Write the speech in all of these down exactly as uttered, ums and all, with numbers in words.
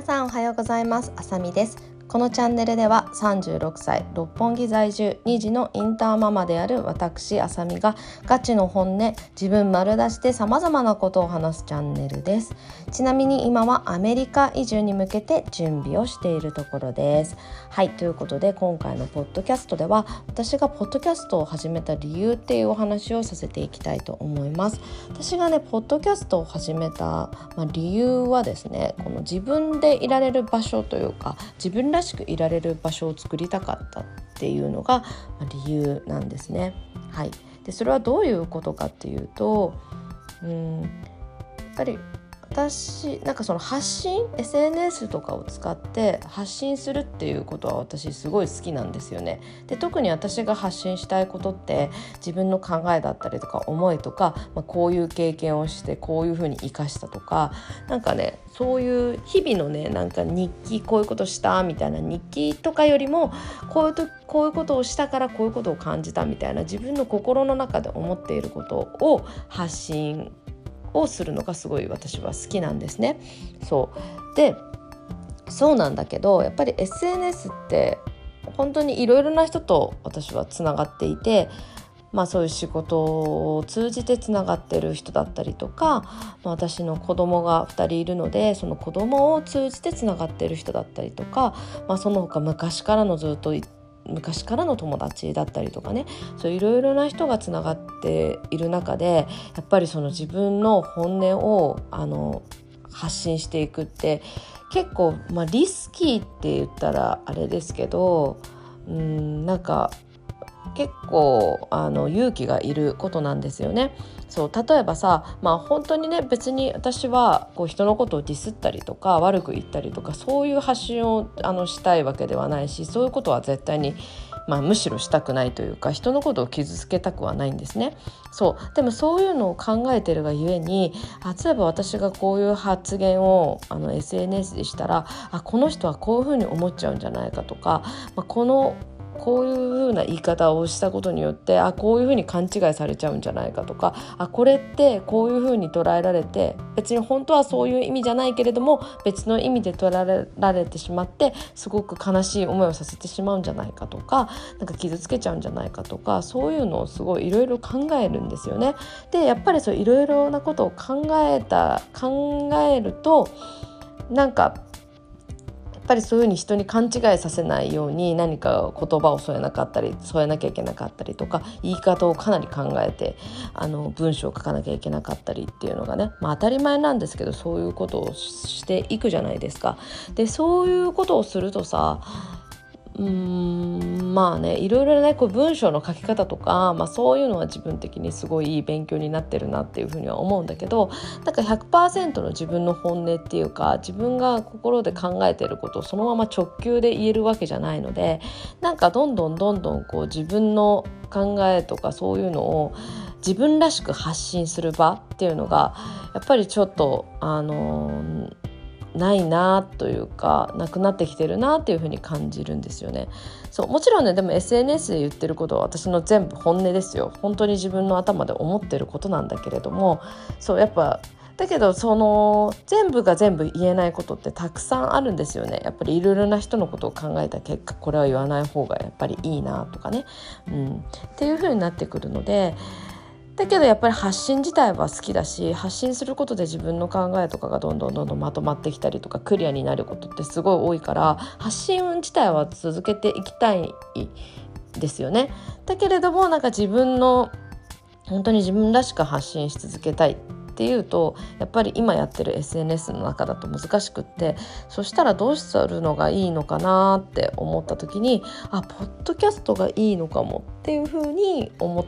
皆さんおはようございます。あさみです。このチャンネルではさんじゅうろくさい六本木在住に児のインターママである私あさみがガチの本音、自分丸出しで様々なことを話すチャンネルです。ちなみに今はアメリカ移住に向けて準備をしているところです。はい、ということで今回のポッドキャストでは私がポッドキャストを始めた理由っていうお話をさせていきたいと思います。私がねポッドキャストを始めた、まあ、理由はですね、この自分でいられる場所というか自分らしくいられる場所を作りたかったっていうのが理由なんですね。はい、でそれはどういうことかっていうと、うーんやっぱり私なんかその発信 エスエヌエス とかを使って発信するっていうことは私すごい好きなんですよね。で特に私が発信したいことって自分の考えだったりとか思いとか、まあ、こういう経験をしてこういうふうに生かしたとか、なんかねそういう日々のねなんか日記、こういうことしたみたいな日記とかよりもこういうとこういうことをしたからこういうことを感じたみたいな自分の心の中で思っていることを発信をするのがすごい私は好きなんですね。そうでそうなんだけどやっぱり エスエヌエス って本当にいろいろな人と私はつながっていて、まあそういう仕事を通じてつながってる人だったりとか、まあ、私の子供がふたりいるのでその子供を通じてつながってる人だったりとか、まあ、その他昔からのずっと昔からの友達だったりとかね、そういろいろな人がつながっている中でやっぱりその自分の本音をあの発信していくって結構、まあ、リスキーって言ったらあれですけど、うーんなんか結構あの勇気がいることなんですよね。そう例えばさ、まあ本当にね別に私はこう人のことをディスったりとか悪く言ったりとかそういう発信をあのしたいわけではないし、そういうことは絶対に、まあ、むしろしたくないというか人のことを傷つけたくはないんですね。そうでもそういうのを考えてるがゆえに、あ例えば私がこういう発言をあの エスエヌエス でしたらあこの人はこういうふうに思っちゃうんじゃないかとか、まあ、このこういう風な言い方をしたことによってあこういう風に勘違いされちゃうんじゃないかとか、あこれってこういう風に捉えられて別に本当はそういう意味じゃないけれども別の意味で捉えられてしまってすごく悲しい思いをさせてしまうんじゃないかとか、なんか傷つけちゃうんじゃないかとか、そういうのをすごいいろいろ考えるんですよね。でやっぱりそういろいろなことを考えた考えるとなんかやっぱりそういうふうに人に勘違いさせないように何か言葉を添えなかったり添えなきゃいけなかったりとか言い方をかなり考えてあの文章を書かなきゃいけなかったりっていうのがね、まあ、当たり前なんですけどそういうことをしていくじゃないですか。でそういうことをするとさうーんまあねいろいろねこう文章の書き方とか、まあ、そういうのは自分的にすごいいい勉強になってるなっていうふうには思うんだけど、なんか ひゃくパーセント の自分の本音っていうか自分が心で考えていることをそのまま直球で言えるわけじゃないので、なんかどんどんどんどんこう自分の考えとかそういうのを自分らしく発信する場っていうのがやっぱりちょっとあのーないなというかなくなってきてるなっていう風に感じるんですよね。そうもちろんねでも エスエヌエス で言ってることは私の全部本音ですよ。本当に自分の頭で思ってることなんだけれども、そうやっぱだけどその全部が全部言えないことってたくさんあるんですよね。やっぱりいろいろな人のことを考えた結果これは言わない方がやっぱりいいなとかね、うん、っていう風になってくるので、だけどやっぱり発信自体は好きだし発信することで自分の考えとかがどんどんどんどんまとまってきたりとかクリアになることってすごい多いから発信自体は続けていきたいですよね。だけれどもなんか自分の本当に自分らしく発信し続けたいっていうとやっぱり今やってる エスエヌエス の中だと難しくって、そしたらどうするのがいいのかなって思った時にあポッドキャストがいいのかもっていうふうに思って、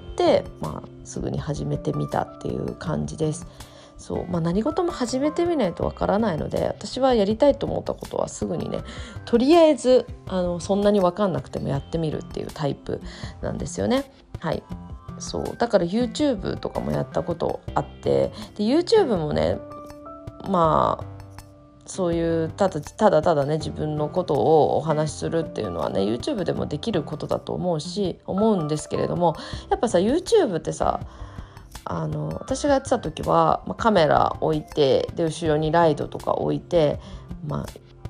まあ、すぐに始めてみたっていう感じです。そうまあ、何事も始めてみないとわからないので私はやりたいと思ったことはすぐにねとりあえずあのそんなに分かんなくてもやってみるっていうタイプなんですよね。はいそうだから YouTube とかもやったことあってで YouTube もねまあそういうただただただね自分のことをお話しするっていうのはね YouTube でもできることだと思うし思うんですけれども、やっぱさ YouTube ってさあの私がやってた時は、まあ、カメラ置いてで後ろにライトとか置いて、まあ、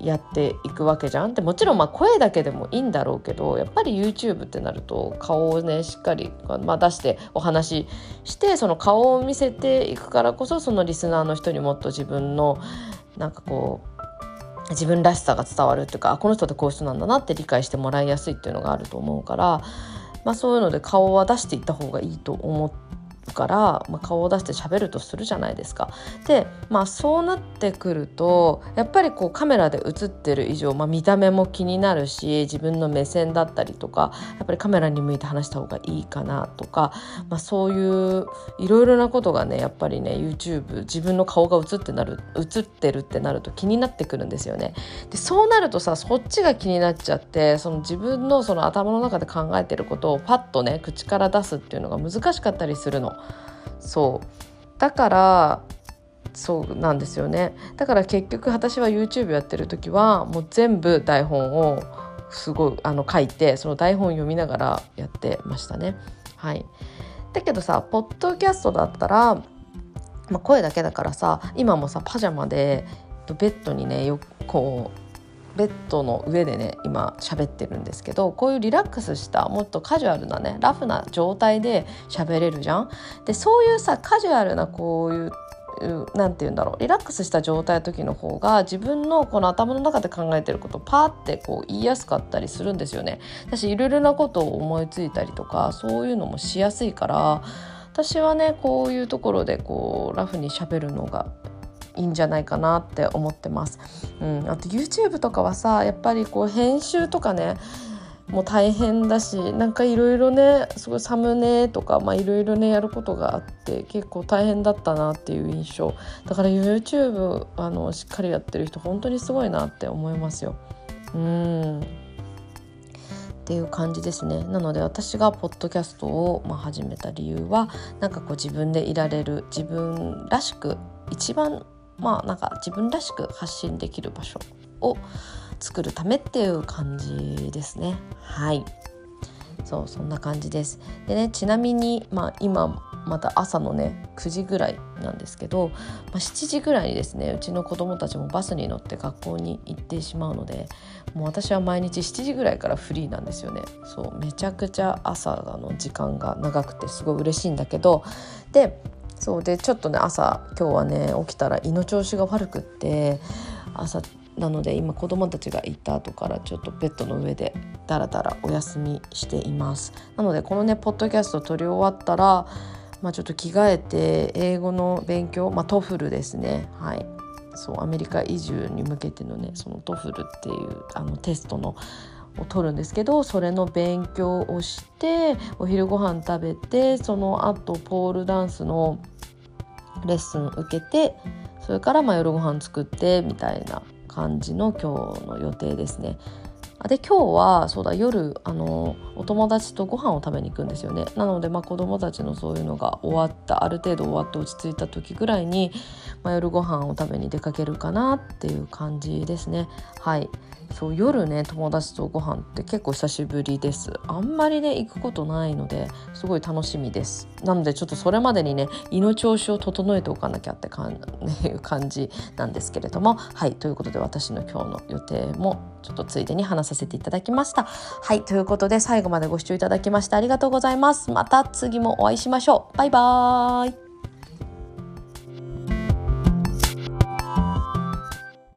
やっていくわけじゃん。でもちろんまあ声だけでもいいんだろうけど、やっぱり YouTube ってなると顔をねしっかり、まあ、出してお話しして、その顔を見せていくからこそ、そのリスナーの人にもっと自分のなんかこう自分らしさが伝わるっていうか、あこの人ってこういう人なんだなって理解してもらいやすいっていうのがあると思うから、まあ、そういうので顔は出していった方がいいと思ってから、まあ、顔を出して喋るとするじゃないですか。で、まあ、そうなってくるとやっぱりこうカメラで映ってる以上、まあ、見た目も気になるし、自分の目線だったりとか、やっぱりカメラに向いて話した方がいいかなとか、まあ、そういういろいろなことがねやっぱりね YouTube 自分の顔が映ってなる映ってるってなると気になってくるんですよね。でそうなるとさ、そっちが気になっちゃって、その自分のその頭の中で考えてることをパッとね口から出すっていうのが難しかったりするの。そうだからそうなんですよね。だから結局私は YouTube やってる時はもう全部台本をすごいあの書いて、その台本読みながらやってましたね。はい。だけどさ、ポッドキャストだったら、まあ、声だけだからさ、今もさパジャマでベッドにねよこうベッドの上でね今喋ってるんですけど、こういうリラックスしたもっとカジュアルなねラフな状態で喋れるじゃん。でそういうさカジュアルなこういうなんて言うんだろうリラックスした状態の時の方が自分のこの頭の中で考えてることをパーってこう言いやすかったりするんですよね。私いろいろなことを思いついたりとかそういうのもしやすいから、私はねこういうところでこうラフに喋るのがいいんじゃないかなって思ってます、うん、あと YouTube とかはさやっぱりこう編集とかねもう大変だし、なんかいろいろねすごいサムネとかいろいろねやることがあって結構大変だったなっていう印象だから YouTube あのしっかりやってる人本当にすごいなって思いますよ。うんっていう感じですね。なので私がポッドキャストを、まあ、始めた理由はなんかこう自分でいられる自分らしく一番まあなんか自分らしく発信できる場所を作るためっていう感じですね。はい、そうそんな感じです。でね、ちなみに、まあ、今また朝のねくじぐらいなんですけど、まあ、しちじぐらいにですねうちの子供たちもバスに乗って学校に行ってしまうので、もう私は毎日しちじぐらいからフリーなんですよね。そうめちゃくちゃ朝の時間が長くてすごい嬉しいんだけど、でそうでちょっとね朝今日はね起きたら胃の調子が悪くって朝なので今子供たちが行った後からちょっとベッドの上でだらだらお休みしています。なのでこのねポッドキャスト撮り終わったら、まあ、ちょっと着替えて英語の勉強、まあ、トフルですね。はい、そうアメリカ移住に向けてのねそのトフルっていうあのテストのを取るんですけど、それの勉強をしてお昼ご飯食べて、その後ポールダンスのレッスン受けて、それからまあ夜ご飯作ってみたいな感じの今日の予定ですね。で今日はそうだ夜あのお友達とご飯を食べに行くんですよね。なので、まあ、子供たちのそういうのが終わったある程度終わって落ち着いた時ぐらいに、まあ、夜ご飯を食べに出かけるかなっていう感じですね。はい、そう夜ね友達とご飯って結構久しぶりです。あんまりね行くことないのですごい楽しみです。なのでちょっとそれまでにね胃の調子を整えておかなきゃってかん、ね、いう感じなんですけれども、はいということで私の今日の予定もちょっとついでに話させていただきました。はいということで最後までご視聴いただきましてありがとうございます。また次もお会いしましょう。バイバーイ。